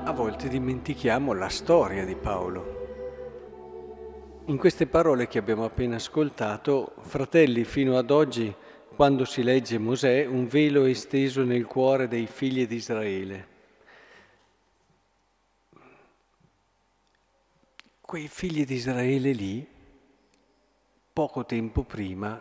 a volte dimentichiamo la storia di Paolo. In queste parole che abbiamo appena ascoltato, fratelli, fino ad oggi, quando si legge Mosè, un velo è steso nel cuore dei figli di Israele. Quei figli di Israele lì, poco tempo prima,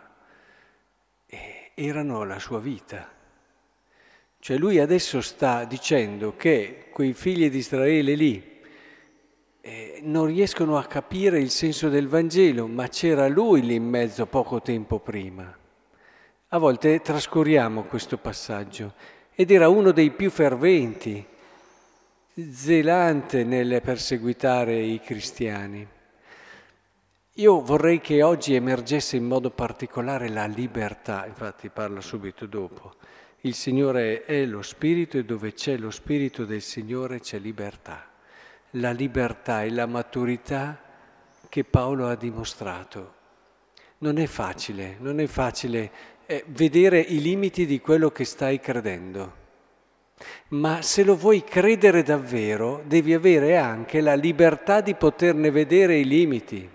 erano la sua vita. Cioè lui adesso sta dicendo che quei figli di Israele lì non riescono a capire il senso del Vangelo, ma c'era lui lì in mezzo poco tempo prima. A volte trascuriamo questo passaggio ed era uno dei più ferventi, zelante nel perseguitare i cristiani. Io vorrei che oggi emergesse in modo particolare la libertà, infatti parlo subito dopo. Il Signore è lo Spirito e dove c'è lo Spirito del Signore c'è libertà. La libertà e la maturità che Paolo ha dimostrato. Non è facile vedere i limiti di quello che stai credendo, ma se lo vuoi credere davvero devi avere anche la libertà di poterne vedere i limiti.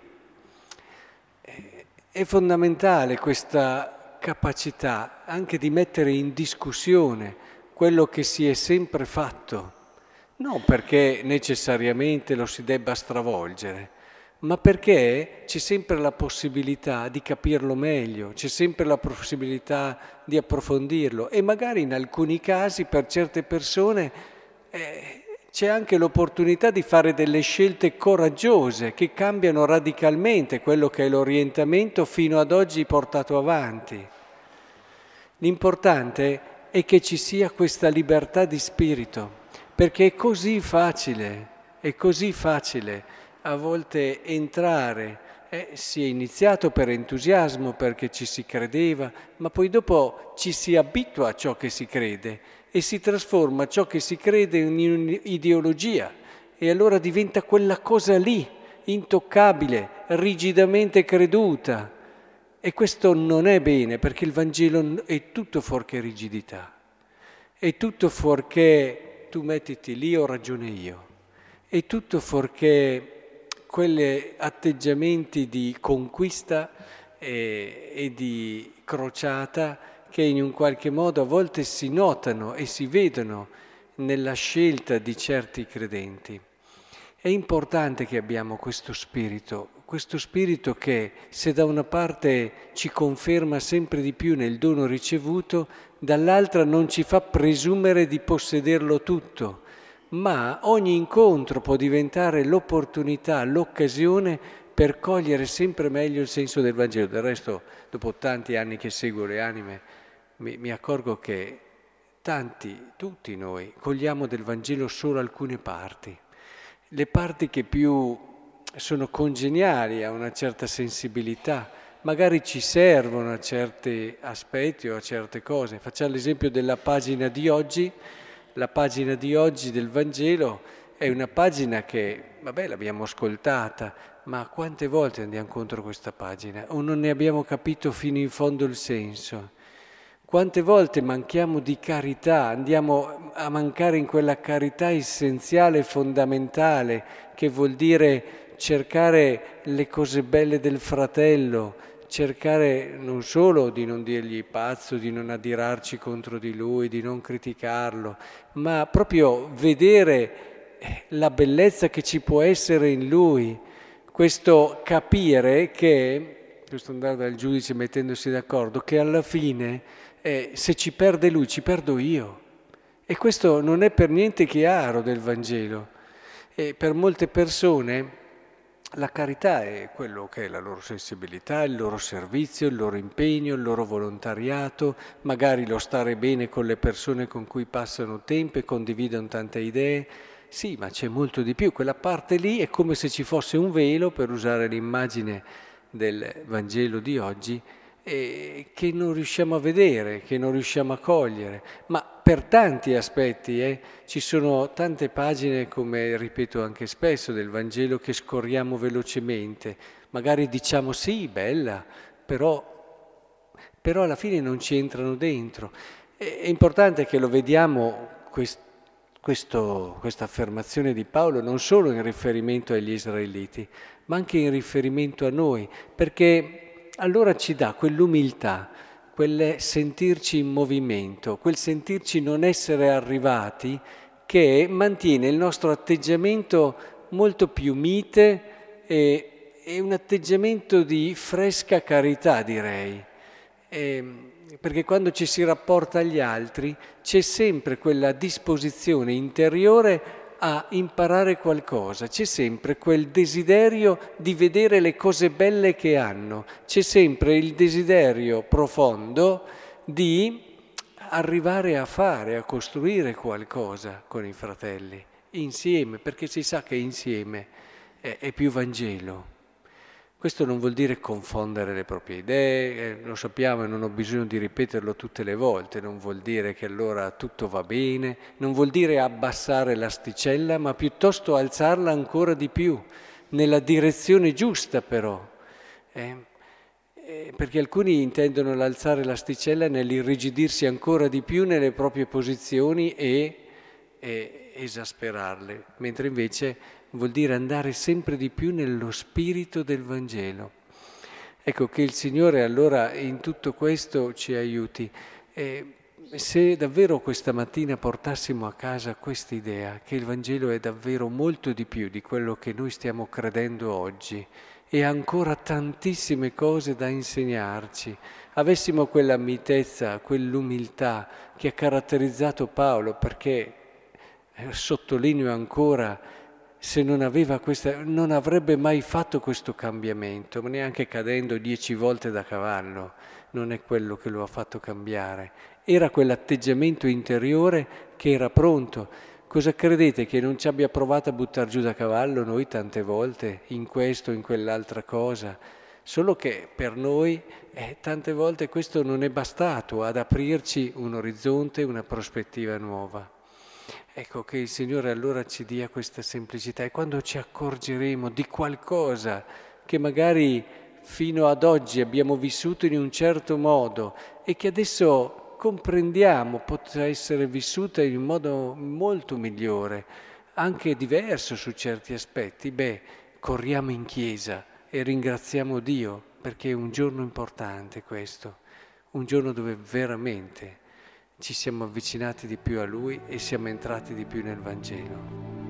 È fondamentale questa capacità anche di mettere in discussione quello che si è sempre fatto. Non perché necessariamente lo si debba stravolgere, ma perché c'è sempre la possibilità di capirlo meglio, c'è sempre la possibilità di approfondirlo e magari in alcuni casi per certe persone c'è anche l'opportunità di fare delle scelte coraggiose che cambiano radicalmente quello che è l'orientamento fino ad oggi portato avanti. L'importante è che ci sia questa libertà di spirito. Perché è così facile a volte entrare. Si è iniziato per entusiasmo, perché ci si credeva, ma poi dopo ci si abitua a ciò che si crede e si trasforma ciò che si crede in un'ideologia e allora diventa quella cosa lì, intoccabile, rigidamente creduta. E questo non è bene, perché il Vangelo è tutto fuorché rigidità, è tutto fuorché tu mettiti lì, ho ragione io. È tutto fuorché quegli atteggiamenti di conquista e di crociata che in un qualche modo a volte si notano e si vedono nella scelta di certi credenti. È importante che abbiamo questo spirito che se da una parte ci conferma sempre di più nel dono ricevuto, dall'altra non ci fa presumere di possederlo tutto, ma ogni incontro può diventare l'opportunità, l'occasione per cogliere sempre meglio il senso del Vangelo. Del resto, dopo tanti anni che seguo le anime, mi accorgo che tutti noi, cogliamo del Vangelo solo alcune parti. Le parti che più sono congeniali a una certa sensibilità, magari ci servono a certi aspetti o a certe cose. Facciamo l'esempio della pagina di oggi. La pagina di oggi del Vangelo è una pagina che, l'abbiamo ascoltata, ma quante volte andiamo contro questa pagina o non ne abbiamo capito fino in fondo il senso? Quante volte manchiamo di carità, andiamo a mancare in quella carità essenziale e fondamentale che vuol dire cercare le cose belle del fratello, cercare non solo di non dirgli pazzo, di non adirarci contro di lui, di non criticarlo, ma proprio vedere la bellezza che ci può essere in lui, questo capire che, questo andare dal giudice mettendosi d'accordo, che alla fine se ci perde lui ci perdo io. E questo non è per niente chiaro del Vangelo. E per molte persone la carità è quello che è la loro sensibilità, il loro servizio, il loro impegno, il loro volontariato, magari lo stare bene con le persone con cui passano tempo e condividono tante idee. Sì, ma c'è molto di più. Quella parte lì è come se ci fosse un velo, per usare l'immagine del Vangelo di oggi, che non riusciamo a vedere, che non riusciamo a cogliere, ma per tanti aspetti ci sono tante pagine, come ripeto anche spesso, del Vangelo che scorriamo velocemente, magari diciamo sì, bella, però alla fine non ci entrano dentro. È importante che lo vediamo questa affermazione di Paolo non solo in riferimento agli israeliti, ma anche in riferimento a noi, perché allora ci dà quell'umiltà, quel sentirci in movimento, quel sentirci non essere arrivati, che mantiene il nostro atteggiamento molto più mite e un atteggiamento di fresca carità, direi. Perché quando ci si rapporta agli altri c'è sempre quella disposizione interiore a imparare qualcosa, c'è sempre quel desiderio di vedere le cose belle che hanno, c'è sempre il desiderio profondo di arrivare a fare, a costruire qualcosa con i fratelli, insieme, perché si sa che insieme è più Vangelo. Questo non vuol dire confondere le proprie idee, lo sappiamo e non ho bisogno di ripeterlo tutte le volte, non vuol dire che allora tutto va bene, non vuol dire abbassare l'asticella, ma piuttosto alzarla ancora di più, nella direzione giusta però. Perché alcuni intendono l'alzare l'asticella nell'irrigidirsi ancora di più nelle proprie posizioni e esasperarle, mentre invece vuol dire andare sempre di più nello spirito del Vangelo. Ecco, che il Signore allora in tutto questo ci aiuti. Se davvero questa mattina portassimo a casa questa idea, che il Vangelo è davvero molto di più di quello che noi stiamo credendo oggi, e ha ancora tantissime cose da insegnarci, avessimo quella mitezza, quell'umiltà che ha caratterizzato Paolo, perché sottolineo ancora, se non aveva questa, non avrebbe mai fatto questo cambiamento, ma neanche cadendo 10 volte da cavallo, non è quello che lo ha fatto cambiare. Era quell'atteggiamento interiore che era pronto. Cosa credete che non ci abbia provato a buttar giù da cavallo noi tante volte, in questo, in quell'altra cosa? Solo che per noi tante volte questo non è bastato ad aprirci un orizzonte, una prospettiva nuova. Ecco, che il Signore allora ci dia questa semplicità, e quando ci accorgeremo di qualcosa che magari fino ad oggi abbiamo vissuto in un certo modo e che adesso comprendiamo potrà essere vissuta in un modo molto migliore, anche diverso su certi aspetti, corriamo in chiesa e ringraziamo Dio, perché è un giorno importante questo, un giorno dove veramente ci siamo avvicinati di più a Lui e siamo entrati di più nel Vangelo.